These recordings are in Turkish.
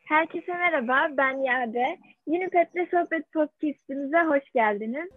Herkese merhaba, ben Yade. Yeni Pet'le Sohbet Podcast'imize hoş geldiniz.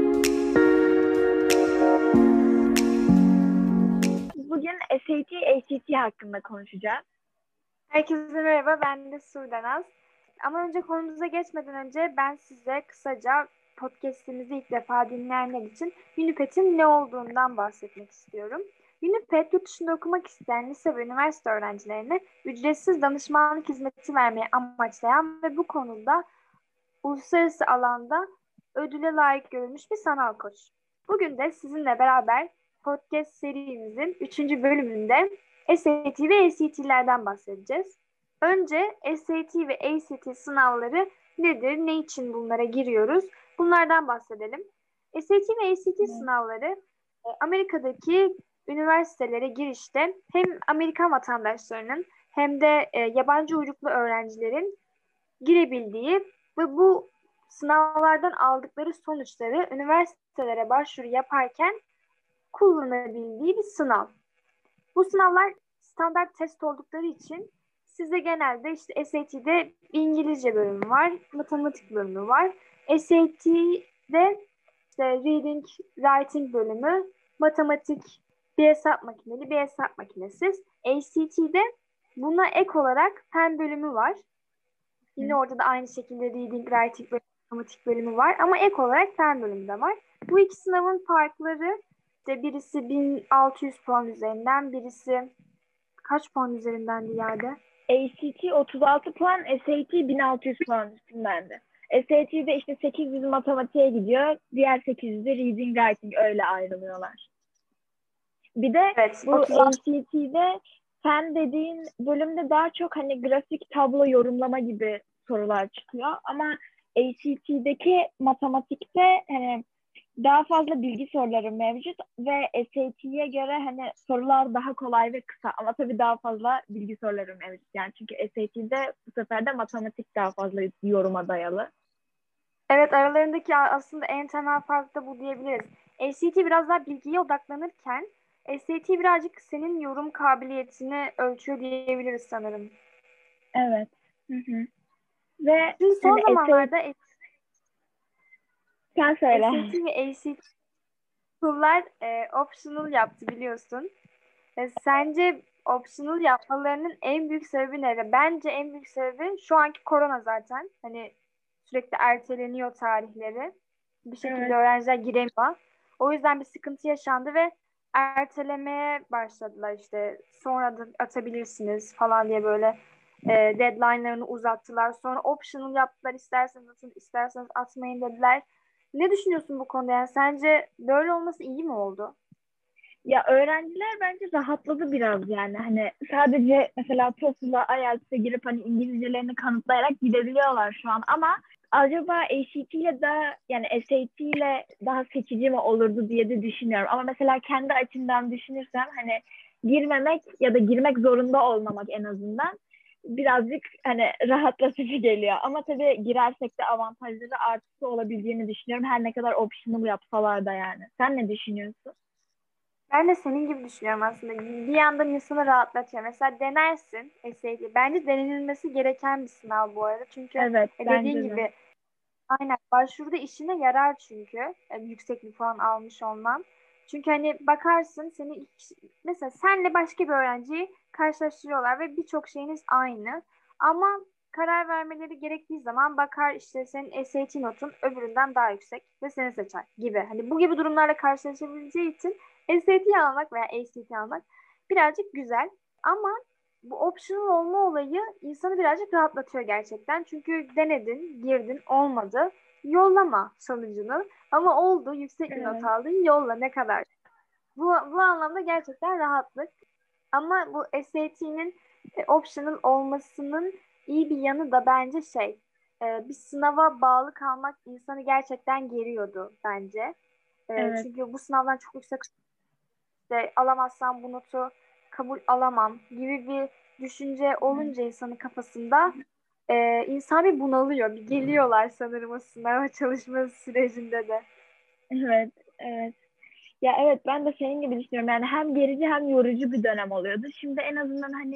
Bugün SAT, ACT hakkında konuşacağız. Herkese merhaba, ben de Sudanaz. Ama önce konumuza geçmeden önce ben size kısaca podcast'imizi ilk defa dinleyenler için Unipet'in ne olduğundan bahsetmek istiyorum. Unipet, yurt dışında okumak isteyen lise ve üniversite öğrencilerine ücretsiz danışmanlık hizmeti vermeyi amaçlayan ve bu konuda uluslararası alanda ödüle layık görülmüş bir sanal koç. Bugün de sizinle beraber podcast serimizin 3. bölümünde SAT ve ACT'lerden bahsedeceğiz. Önce SAT ve ACT sınavları nedir, ne için bunlara giriyoruz? Bunlardan bahsedelim. SAT ve ACT sınavları Amerika'daki üniversitelere girişte hem Amerikan vatandaşlarının hem de yabancı uyruklu öğrencilerin girebildiği ve bu sınavlardan aldıkları sonuçları üniversitelere başvuru yaparken kullanabildiği bir sınav. Bu sınavlar standart test oldukları için size genelde işte SAT'de İngilizce bölümü var, matematik bölümü var. SAT'de işte reading, writing bölümü, matematik, bir hesap makineli, bir hesap makinesiz. ACT'de buna ek olarak fen bölümü var. Yine orada da aynı şekilde reading, writing ve matematik bölümü var ama ek olarak fen bölümü de var. Bu iki sınavın farkları işte birisi 1600 puan üzerinden, birisi kaç puan üzerinden Diyade? ACT 36 puan, SAT 1600 puan üstündendi. SAT'de işte 800 matematiğe gidiyor, diğer 800 de reading, writing öyle ayrılıyorlar. Bir de Evet, bu 36. ACT'de fen dediğin bölümde daha çok hani grafik tablo yorumlama gibi sorular çıkıyor. Ama ACT'deki matematikte hani daha fazla bilgi soruları mevcut ve SAT'ye göre hani sorular daha kolay ve kısa ama tabii daha fazla bilgi soruları mevcut. Yani çünkü SAT'de bu sefer de matematik daha fazla yoruma dayalı. Evet, aralarındaki aslında en temel fark da bu diyebiliriz. ACT biraz daha bilgiye odaklanırken SAT birazcık senin yorum kabiliyetini ölçüyor diyebiliriz sanırım. Evet. Hı hı. Ve Şimdi son hani zamanlarda sen söyle. SAT ve ACT okullar optional yaptı biliyorsun. Sence optional yapmalarının en büyük sebebi ne? Bence en büyük sebebi şu anki korona zaten. Hani sürekli erteleniyor tarihleri. Bir şekilde Evet. öğrenciler giremiyor. O yüzden bir sıkıntı yaşandı ve ertelemeye başladılar işte. Sonra da atabilirsiniz falan diye böyle deadline'larını uzattılar. Sonra optional yaptılar. İsterseniz atın, isterseniz atmayın dediler. Ne düşünüyorsun bu konuda? Yani sence böyle olması iyi mi oldu? Ya öğrenciler bence rahatladı biraz yani hani sadece mesela TOEFL'a, IELTS'e girip hani İngilizcelerini kanıtlayarak gidebiliyorlar şu an ama acaba ACT ile daha yani SAT ile daha seçici mi olurdu diye de düşünüyorum. Ama mesela kendi açımdan düşünürsem hani girmemek ya da girmek zorunda olmamak en azından birazcık hani rahatlatıcı geliyor. Ama tabii girersek de avantajları artısı olabileceğini düşünüyorum. Her ne kadar optional yapsalar da yani. Sen ne düşünüyorsun? Ben de senin gibi düşünüyorum aslında. Bir yandan insanı rahatlatıyor. Mesela denersin SAT. Bence denenilmesi gereken bir sınav bu arada. Çünkü Evet, dediğin bence de. gibi aynen başvuruda işine yarar çünkü yüksek bir puan almış olman. Çünkü hani bakarsın mesela senle başka bir öğrenciyi karşılaştırıyorlar ve birçok şeyiniz aynı. Ama karar vermeleri gerektiği zaman bakar işte senin SAT notun öbüründen daha yüksek ve seni seçer gibi. Hani bu gibi durumlarla karşılaşabileceği için SAT almak veya ACT almak birazcık güzel. Ama bu optional olma olayı insanı birazcık rahatlatıyor gerçekten. Çünkü denedin, girdin, olmadı. Yollama sonucunu. Ama oldu, yüksek bir not Evet. aldın, yolla ne kadar. Bu anlamda gerçekten rahatlık. Ama bu SAT'nin optional olmasının iyi bir yanı da bence bir sınava bağlı kalmak insanı gerçekten geriyordu bence. Evet. Çünkü bu sınavdan çok yüksek işte alamazsam bu notu kabul alamam gibi bir düşünce olunca insanın kafasında insan bir bunalıyor. Bir geliyorlar sanırım o sınava çalışma sürecinde de. Evet. Evet. Ya evet ben de senin gibi düşünüyorum. Yani hem gerici hem yorucu bir dönem oluyordu. Şimdi en azından hani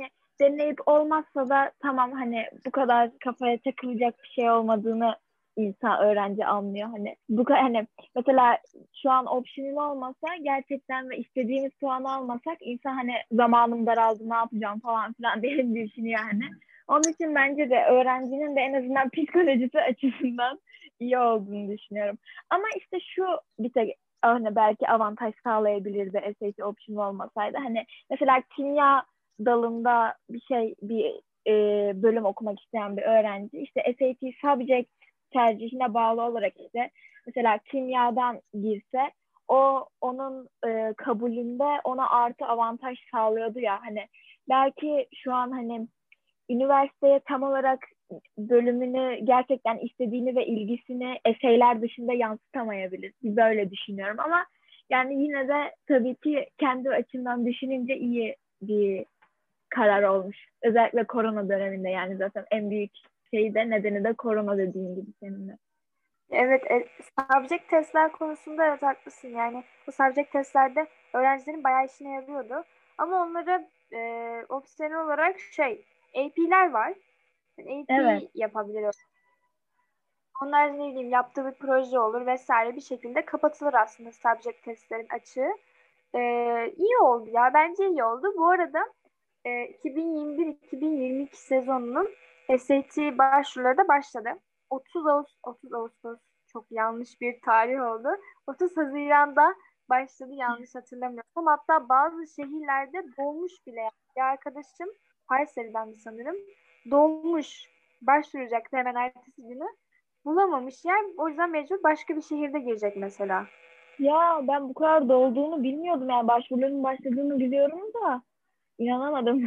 deneyip olmazsa da tamam, hani bu kadar kafaya takılacak bir şey olmadığını öğrenci anlıyor. Hani bu kadar, hani mesela şu an optional olmasa gerçekten ve istediğimiz puanı almasak insan hani zamanım daraldı, ne yapacağım falan filan diye düşünüyor yani. Onun için bence de öğrencinin de en azından psikolojisi açısından iyi olduğunu düşünüyorum. Ama işte şu bir tek hani belki avantaj sağlayabilirdi SAT option olmasaydı. Hani mesela kimya dalında bir bölüm okumak isteyen bir öğrenci işte SAT subject tercihine bağlı olarak işte mesela kimyadan girse o onun kabulünde ona artı avantaj sağlıyordu ya, hani belki şu an hani üniversiteye tam olarak bölümünü gerçekten istediğini ve ilgisini eseyler dışında yansıtamayabilir. Böyle düşünüyorum ama yani yine de tabii ki kendi açımdan düşününce iyi bir karar olmuş. Özellikle korona döneminde, yani zaten en büyük nedeni de korona, dediğin gibi senin de. Evet, subject testler konusunda evet haklısın. Yani bu subject testlerde öğrencilerin bayağı işine yarıyordu. Ama onları opsiyonel olarak AP'ler var. Yani Evet. AP yapabilir. Onlar ne bileyim yaptığı bir proje olur vesaire bir şekilde kapatılır aslında subject testlerin açığı. İyi oldu ya. Bence iyi oldu. Bu arada 2021-2022 sezonunun SAT başvuruları da başladı. 30 Ağustos çok yanlış bir tarih oldu. 30 Haziran'da başladı yanlış hatırlamıyorsam. Hatta bazı şehirlerde dolmuş bile. Yani bir arkadaşım Kayseri'den sanırım dolmuş. Başvuracaktı hemen ertesi günü. Bulamamış yer. O yüzden mecbur başka bir şehirde girecek mesela. Ya ben bu kadar dolduğunu bilmiyordum, yani başvuruların başladığını biliyorum da inanamadım.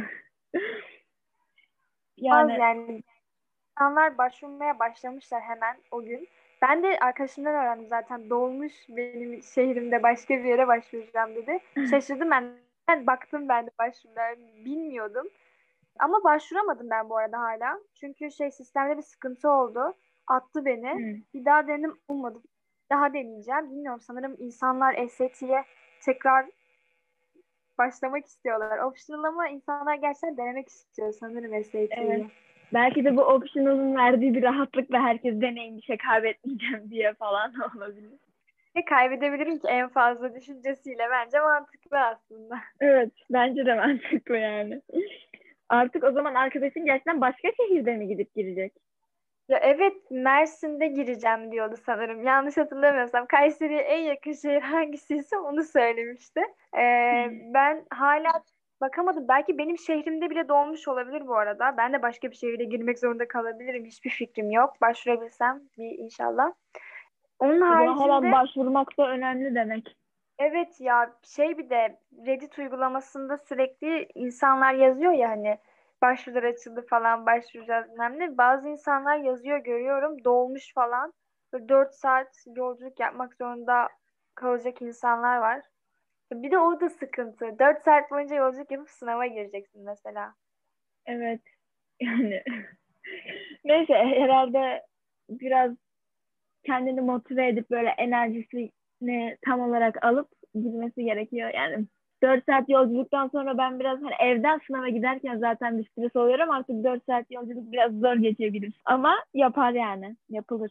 Az Yani yani İnsanlar başvurmaya başlamışlar hemen o gün. Ben de arkadaşımdan öğrendim zaten dolmuş benim şehrimde başka bir yere başvuracağım dedi. Şaşırdım ben. Baktım ben de başvurular bilmiyordum. Ama başvuramadım ben bu arada hala. Çünkü sistemde bir sıkıntı oldu. Attı beni. hı. Bir daha denedim olmadı. Daha deneyeceğim. Bilmiyorum sanırım insanlar SAT'ye tekrar başlamak istiyorlar. Optional ama insanlar gerçekten denemek istiyor sanırım Evet. SAT'yi. Belki de bu optional'ın verdiği bir rahatlıkla herkes deneyimmişe kaybetmeyeceğim diye falan olabilir. Ne kaybedebilirim ki en fazla düşüncesiyle bence mantıklı aslında. Evet, bence de mantıklı yani. Artık o zaman arkadaşın gerçekten başka şehirde mi gidip girecek? Ya evet Mersin'de gireceğim diyordu sanırım. Yanlış hatırlamıyorsam. Kayseri'ye en yakın şehir hangisiyse onu söylemişti. Ben hala bakamadım. Belki benim şehrimde bile dolmuş olabilir bu arada. Ben de başka bir şehirde girmek zorunda kalabilirim. Hiçbir fikrim yok. Başvurabilsem bir inşallah. Onun O zaman hemen haricinde başvurmak da önemli demek. evet ya bir de Reddit uygulamasında sürekli insanlar yazıyor ya hani başvurular açıldı falan başvuracağız bilmem ne. Bazı insanlar yazıyor görüyorum dolmuş falan. Böyle 4 saat yolculuk yapmak zorunda kalacak insanlar var. Bir de o da sıkıntı. 4 saat boyunca yolculuk yapıp sınava gireceksin mesela. Evet. Yani neyse, herhalde biraz kendini motive edip böyle enerjisini tam olarak alıp gitmesi gerekiyor. Yani 4 saat yolculuktan sonra ben biraz hani evden sınava giderken zaten bir stres oluyorum. Artık 4 saat yolculuk biraz zor geçebilir. Ama yapar yani. Yapılır.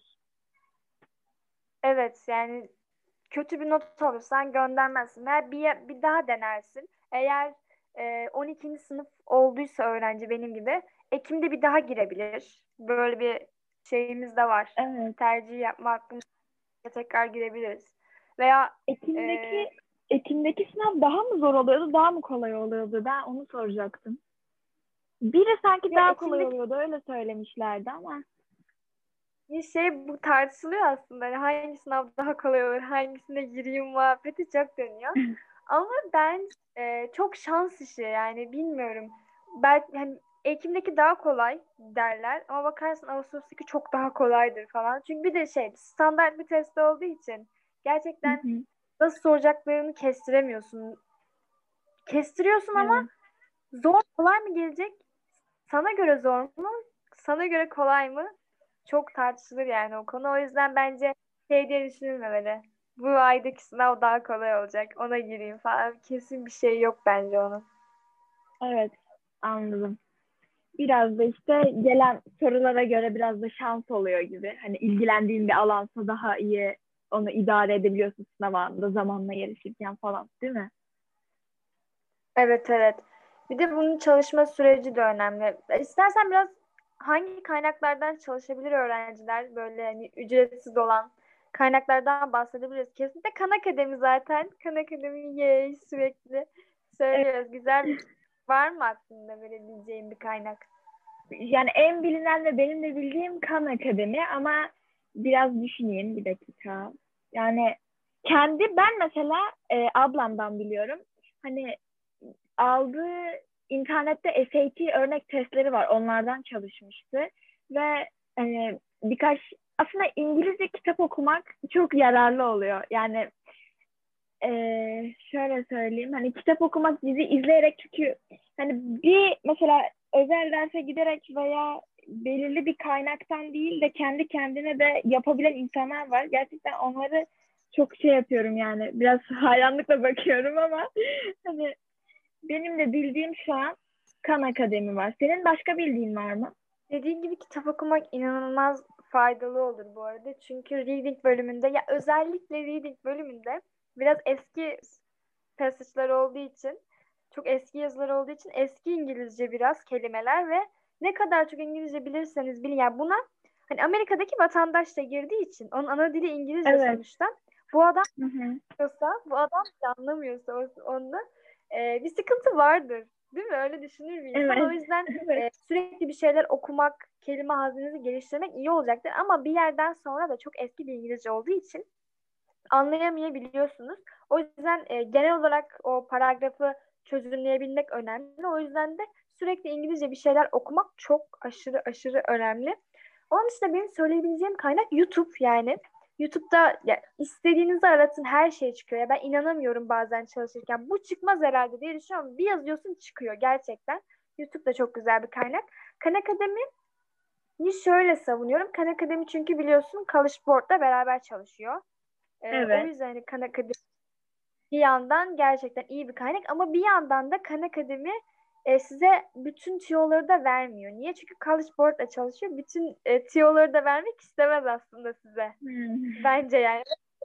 Evet yani kötü bir not alırsan göndermezsin. Veya bir daha denersin. Eğer 12. sınıf olduysa öğrenci benim gibi Ekim'de bir daha girebilir. Böyle bir şeyimiz de var. Evet. Tercih yapma hakkımızda tekrar girebiliriz. Veya Ekim'deki e, Ekim'deki sınav daha mı zor oluyordu, daha mı kolay oluyordu? Ben onu soracaktım. Biri sanki ya daha kolay Ekim'deki oluyordu, öyle söylemişlerdi ama. bir bu tartışılıyor aslında. Hani hangi sınav daha kolay olur, hangisine gireyim muhabbeti çok dönüyor. Ama ben çok şans işi yani bilmiyorum. Belki hani Ekim'deki daha kolay derler ama bakarsın Ağustos'taki çok daha kolaydır falan. Çünkü bir de standart bir test olduğu için Hı gerçekten hı. nasıl soracaklarını kestiremiyorsun. Kestiriyorsun ama Evet. zor kolay mı gelecek? Sana göre zor mu? Sana göre kolay mı? Çok tartışılır yani o konu. O yüzden bence diye düşünülmemeli. Bu aydaki sınav daha kolay olacak. Ona gireyim falan. Kesin bir şey yok bence onun. Evet. Anladım. Biraz da işte gelen sorulara göre biraz da şans oluyor gibi. Hani ilgilendiğin bir alansa daha iyi onu idare edebiliyorsun sınav anında zamanla yarışırken falan, değil mi? Evet, evet. Bir de bunun çalışma süreci de önemli. İstersen biraz hangi kaynaklardan çalışabilir öğrenciler, böyle hani ücretsiz olan kaynaklardan bahsedebiliriz. Kesinlikle Khan Akademi zaten. Khan Akademi yay sürekli söylüyoruz. Güzel, var mı aklında verebileceğim bir kaynak? Yani en bilinen ve benim de bildiğim Khan Akademi ama biraz düşüneyim bir dakika. Yani ben mesela ablamdan biliyorum. Hani aldığı internette SAT örnek testleri var. Onlardan çalışmıştı. Ve birkaç aslında İngilizce kitap okumak çok yararlı oluyor. Yani şöyle söyleyeyim. Hani kitap okumak, dizi izleyerek çünkü hani bir mesela özel derse giderek veya belirli bir kaynaktan değil de kendi kendine de yapabilen insanlar var. Gerçekten onları çok şey yapıyorum yani. Biraz hayranlıkla bakıyorum ama hani benim de bildiğim şu an Khan Akademi var. Senin başka bildiğin var mı? Dediğim gibi kitap okumak inanılmaz faydalı olur bu arada. Çünkü reading bölümünde, ya özellikle reading bölümünde biraz eski passage'lar olduğu için, çok eski yazılar olduğu için eski İngilizce biraz kelimeler ve ne kadar çok İngilizce bilirseniz bilin. Yani buna hani Amerika'daki vatandaş da girdiği için onun ana dili İngilizce Evet. sonuçta. Bu adam Hı hı. bu adam anlamıyorsa onu bir sıkıntı vardır. Değil mi? Öyle düşünür bir insan. O Evet. yüzden Evet. sürekli bir şeyler okumak, kelime hazinenizi geliştirmek iyi olacaktır. Ama bir yerden sonra da çok eski bir İngilizce olduğu için anlayamayabiliyorsunuz. O yüzden genel olarak o paragrafı çözümleyebilmek önemli. O yüzden de sürekli İngilizce bir şeyler okumak çok aşırı aşırı önemli. Onun dışında benim söyleyebileceğim kaynak YouTube yani. YouTube'da ya, istediğinizi aratın, her şey çıkıyor. Ya ben inanamıyorum bazen çalışırken. Bu çıkmaz herhalde diye düşünüyorum. Bir yazıyorsun çıkıyor gerçekten. YouTube da çok güzel bir kaynak. Khan Akademi'yi şöyle savunuyorum. Khan Akademi çünkü biliyorsun College Board'la beraber çalışıyor. O Evet. yüzden hani Khan Akademi bir yandan gerçekten iyi bir kaynak ama bir yandan da Khan Akademi size bütün tiyoları da vermiyor. Niye? Çünkü College Board'la çalışıyor. Bütün tiyoları da vermek istemez aslında size. Hmm. Bence yani.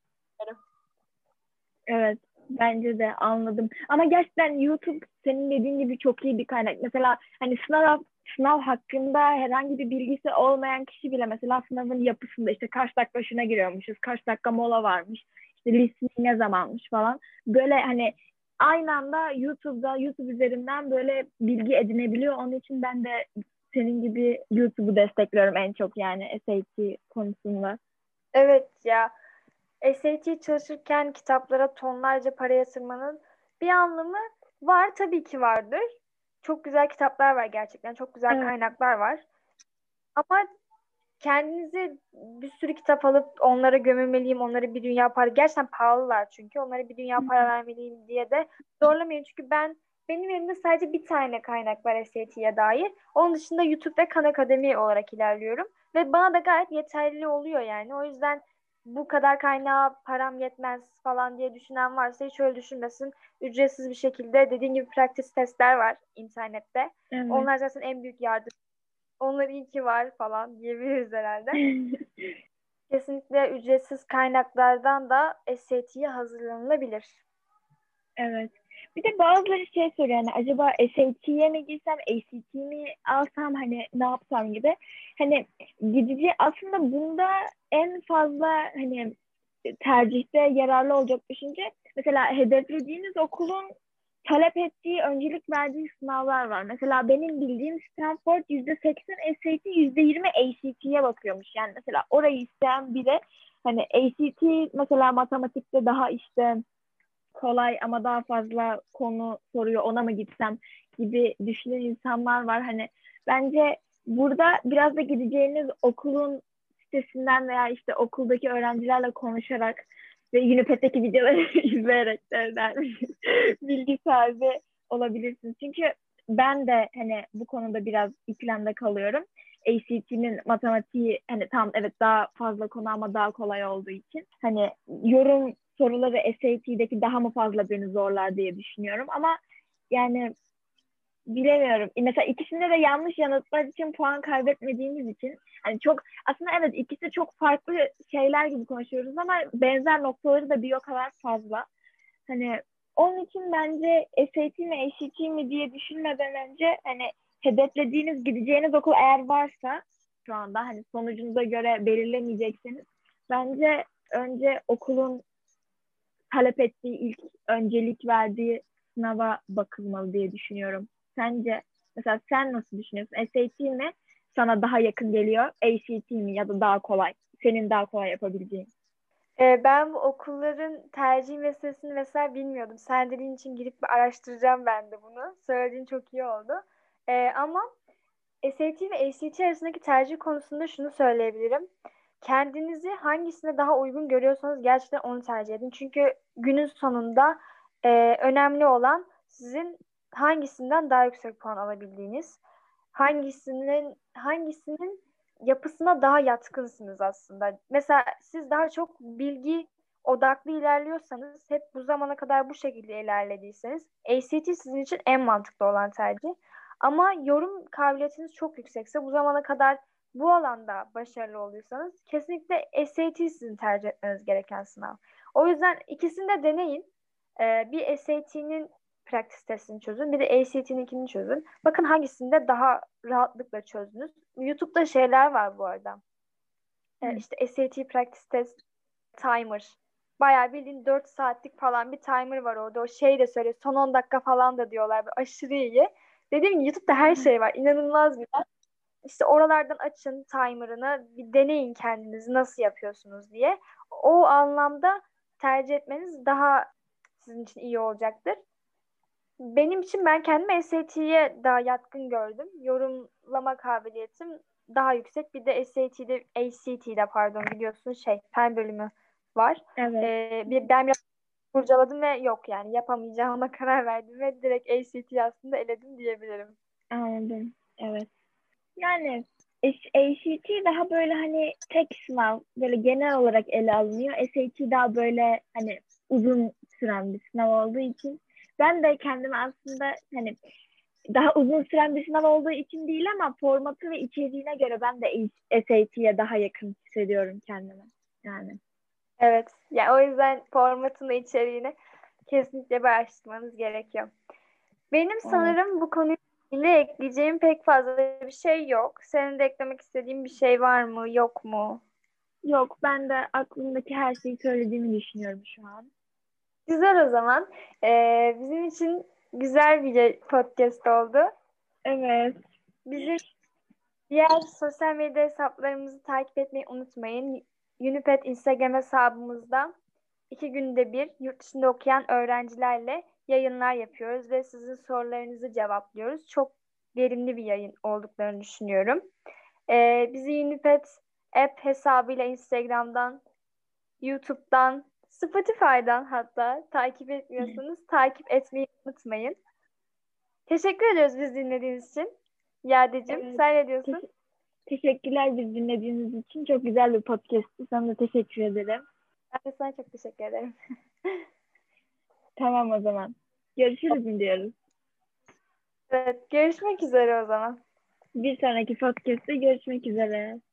Evet, bence de anladım. Ama gerçekten YouTube senin dediğin gibi çok iyi bir kaynak. Mesela hani sınav hakkında herhangi bir bilgisi olmayan kişi bile mesela sınavın yapısında işte kaç dakika şuna giriyormuşuz, kaç dakika mola varmış, işte listening ne zamanmış falan. Böyle hani aynı anda YouTube üzerinden böyle bilgi edinebiliyor. Onun için ben de senin gibi YouTube'u destekliyorum en çok yani SAT konusunda. Evet ya. SAT çalışırken kitaplara tonlarca para yatırmanın bir anlamı var, tabii ki vardır. Çok güzel kitaplar var gerçekten. Çok güzel Evet. kaynaklar var. Ama kendinize bir sürü kitap alıp onlara gömülmeliyim, onlara bir dünya para, gerçekten pahalılar çünkü onlara bir dünya para vermeliyim diye de zorlamayın. Çünkü benim elimde sadece bir tane kaynak var SAT'ye dair. Onun dışında YouTube ve Khan Akademi olarak ilerliyorum. Ve bana da gayet yeterli oluyor yani. O yüzden bu kadar kaynağa param yetmez falan diye düşünen varsa hiç öyle düşünmesin. Ücretsiz bir şekilde dediğim gibi practice testler var internette. Evet. Onlar zaten en büyük yardım. Onlar iyi ki var falan diyebiliriz herhalde. Kesinlikle ücretsiz kaynaklardan da SAT'ye hazırlanılabilir. Evet. Bir de bazıları şey soruyor hani acaba SAT'ye mi girsem, ACT mi alsam hani ne yapsam gibi. Hani gidici aslında bunda en fazla hani tercihte yararlı olacak düşünce mesela hedeflediğiniz okulun talep ettiği, öncelik verdiği sınavlar var. Mesela benim bildiğim Stanford %80 SAT, %20 ACT'ye bakıyormuş. Yani mesela orayı isteyen biri hani ACT mesela matematikte daha işte kolay ama daha fazla konu soruyor ona mı gitsem gibi düşünen insanlar var. Hani bence burada biraz da gideceğiniz okulun sitesinden veya işte okuldaki öğrencilerle konuşarak ve Unipad'deki videoları izleyerek de bilgi sahibi olabilirsiniz. Çünkü ben de hani bu konuda biraz ikilemde kalıyorum. ACT'nin matematiği hani tam evet daha fazla konu ama daha kolay olduğu için hani yorum soruları SAT'deki daha mı fazla beni zorlar diye düşünüyorum ama yani bilemiyorum. Mesela ikisinde de yanlış yanıtlar için puan kaybetmediğimiz için hani çok aslında evet ikisi çok farklı şeyler gibi konuşuyoruz ama benzer noktaları da bir o kadar fazla. Hani onun için bence SAT mi ACT mi diye düşünmeden önce hani hedeflediğiniz gideceğiniz okul eğer varsa şu anda hani sonucunuza göre belirlemeyecekseniz bence önce okulun talep ettiği ilk öncelik verdiği sınava bakılmalı diye düşünüyorum. Sence mesela sen nasıl düşünüyorsun? SAT mi sana daha yakın geliyor? ACT mi ya da daha kolay? Senin daha kolay yapabileceğin. Ben bu okulların tercih meselesini mesela bilmiyordum. Sen dediğin için girip bir araştıracağım ben de bunu. Söylediğin çok iyi oldu. Ama SAT ve ACT arasındaki tercih konusunda şunu söyleyebilirim. Kendinizi hangisine daha uygun görüyorsanız gerçekten onu tercih edin. Çünkü günün sonunda önemli olan sizin hangisinden daha yüksek puan alabildiğiniz, hangisinin yapısına daha yatkınsınız aslında. Mesela siz daha çok bilgi odaklı ilerliyorsanız, hep bu zamana kadar bu şekilde ilerlediyseniz, ACT sizin için en mantıklı olan tercih. Ama yorum kabiliyetiniz çok yüksekse, bu zamana kadar bu alanda başarılı oluyorsanız, kesinlikle SAT sizin tercih etmeniz gereken sınav. O yüzden ikisini de deneyin. Bir SAT'nin practice testini çözün, bir de ACT'ninkini çözün. Bakın hangisinde daha rahatlıkla çözdünüz. YouTube'da şeyler var bu arada. İşte SAT practice test timer. Bayağı bildiğin 4 saatlik falan bir timer var orada. O şey de söylüyor. Son 10 dakika falan da diyorlar. Böyle aşırı iyi. Dediğim gibi YouTube'da her şey var. İnanılmaz bir yer. İşte oralardan açın timer'ını. Bir deneyin kendinizi nasıl yapıyorsunuz diye. O anlamda tercih etmeniz daha sizin için iyi olacaktır. Benim için ben kendimi SAT'ye daha yatkın gördüm. Yorumlama kabiliyetim daha yüksek. Bir de ACT'de pardon biliyorsun fen bölümü var. Evet, Ben biraz kurcaladım ve yok yani yapamayacağıma karar verdim ve direkt ACT'yi aslında eledim diyebilirim. anladım. Evet. Yani ACT daha böyle hani tek sınav böyle genel olarak ele alınıyor. SAT daha böyle hani uzun süren bir sınav olduğu için ben de kendimi aslında hani daha uzun süren bir sınav olduğu için değil ama formatı ve içeriğine göre ben de SAT'ye daha yakın hissediyorum kendimi. Yani. Evet. Yani o yüzden formatını, içeriğini kesinlikle bir araştırmanız gerekiyor. Benim Evet. sanırım bu konuyla ilgili ekleyeceğim pek fazla bir şey yok. Senin de eklemek istediğin bir şey var mı, yok mu? Yok, ben de aklımdaki her şeyi söylediğimi düşünüyorum şu an. Güzel o zaman. Bizim için güzel bir podcast oldu. Evet. Bizim diğer sosyal medya hesaplarımızı takip etmeyi unutmayın. Uniped Instagram hesabımızda 2 günde bir yurt dışında okuyan öğrencilerle yayınlar yapıyoruz ve sizin sorularınızı cevaplıyoruz. Çok verimli bir yayın olduklarını düşünüyorum. Bizi Uniped app hesabıyla Instagram'dan, YouTube'dan, Spotify'dan hatta takip etmiyorsanız takip etmeyi unutmayın. Teşekkür ediyoruz biz dinlediğiniz için. Yadecim, Evet. sen ne diyorsun? Teşekkürler bizi dinlediğiniz için. Çok güzel bir podcast'tı. Sana da teşekkür ederim. Ben de sana çok teşekkür ederim. Tamam o zaman. Görüşürüz mü diyoruz. Evet, görüşmek üzere o zaman. Bir sonraki podcast'te görüşmek üzere.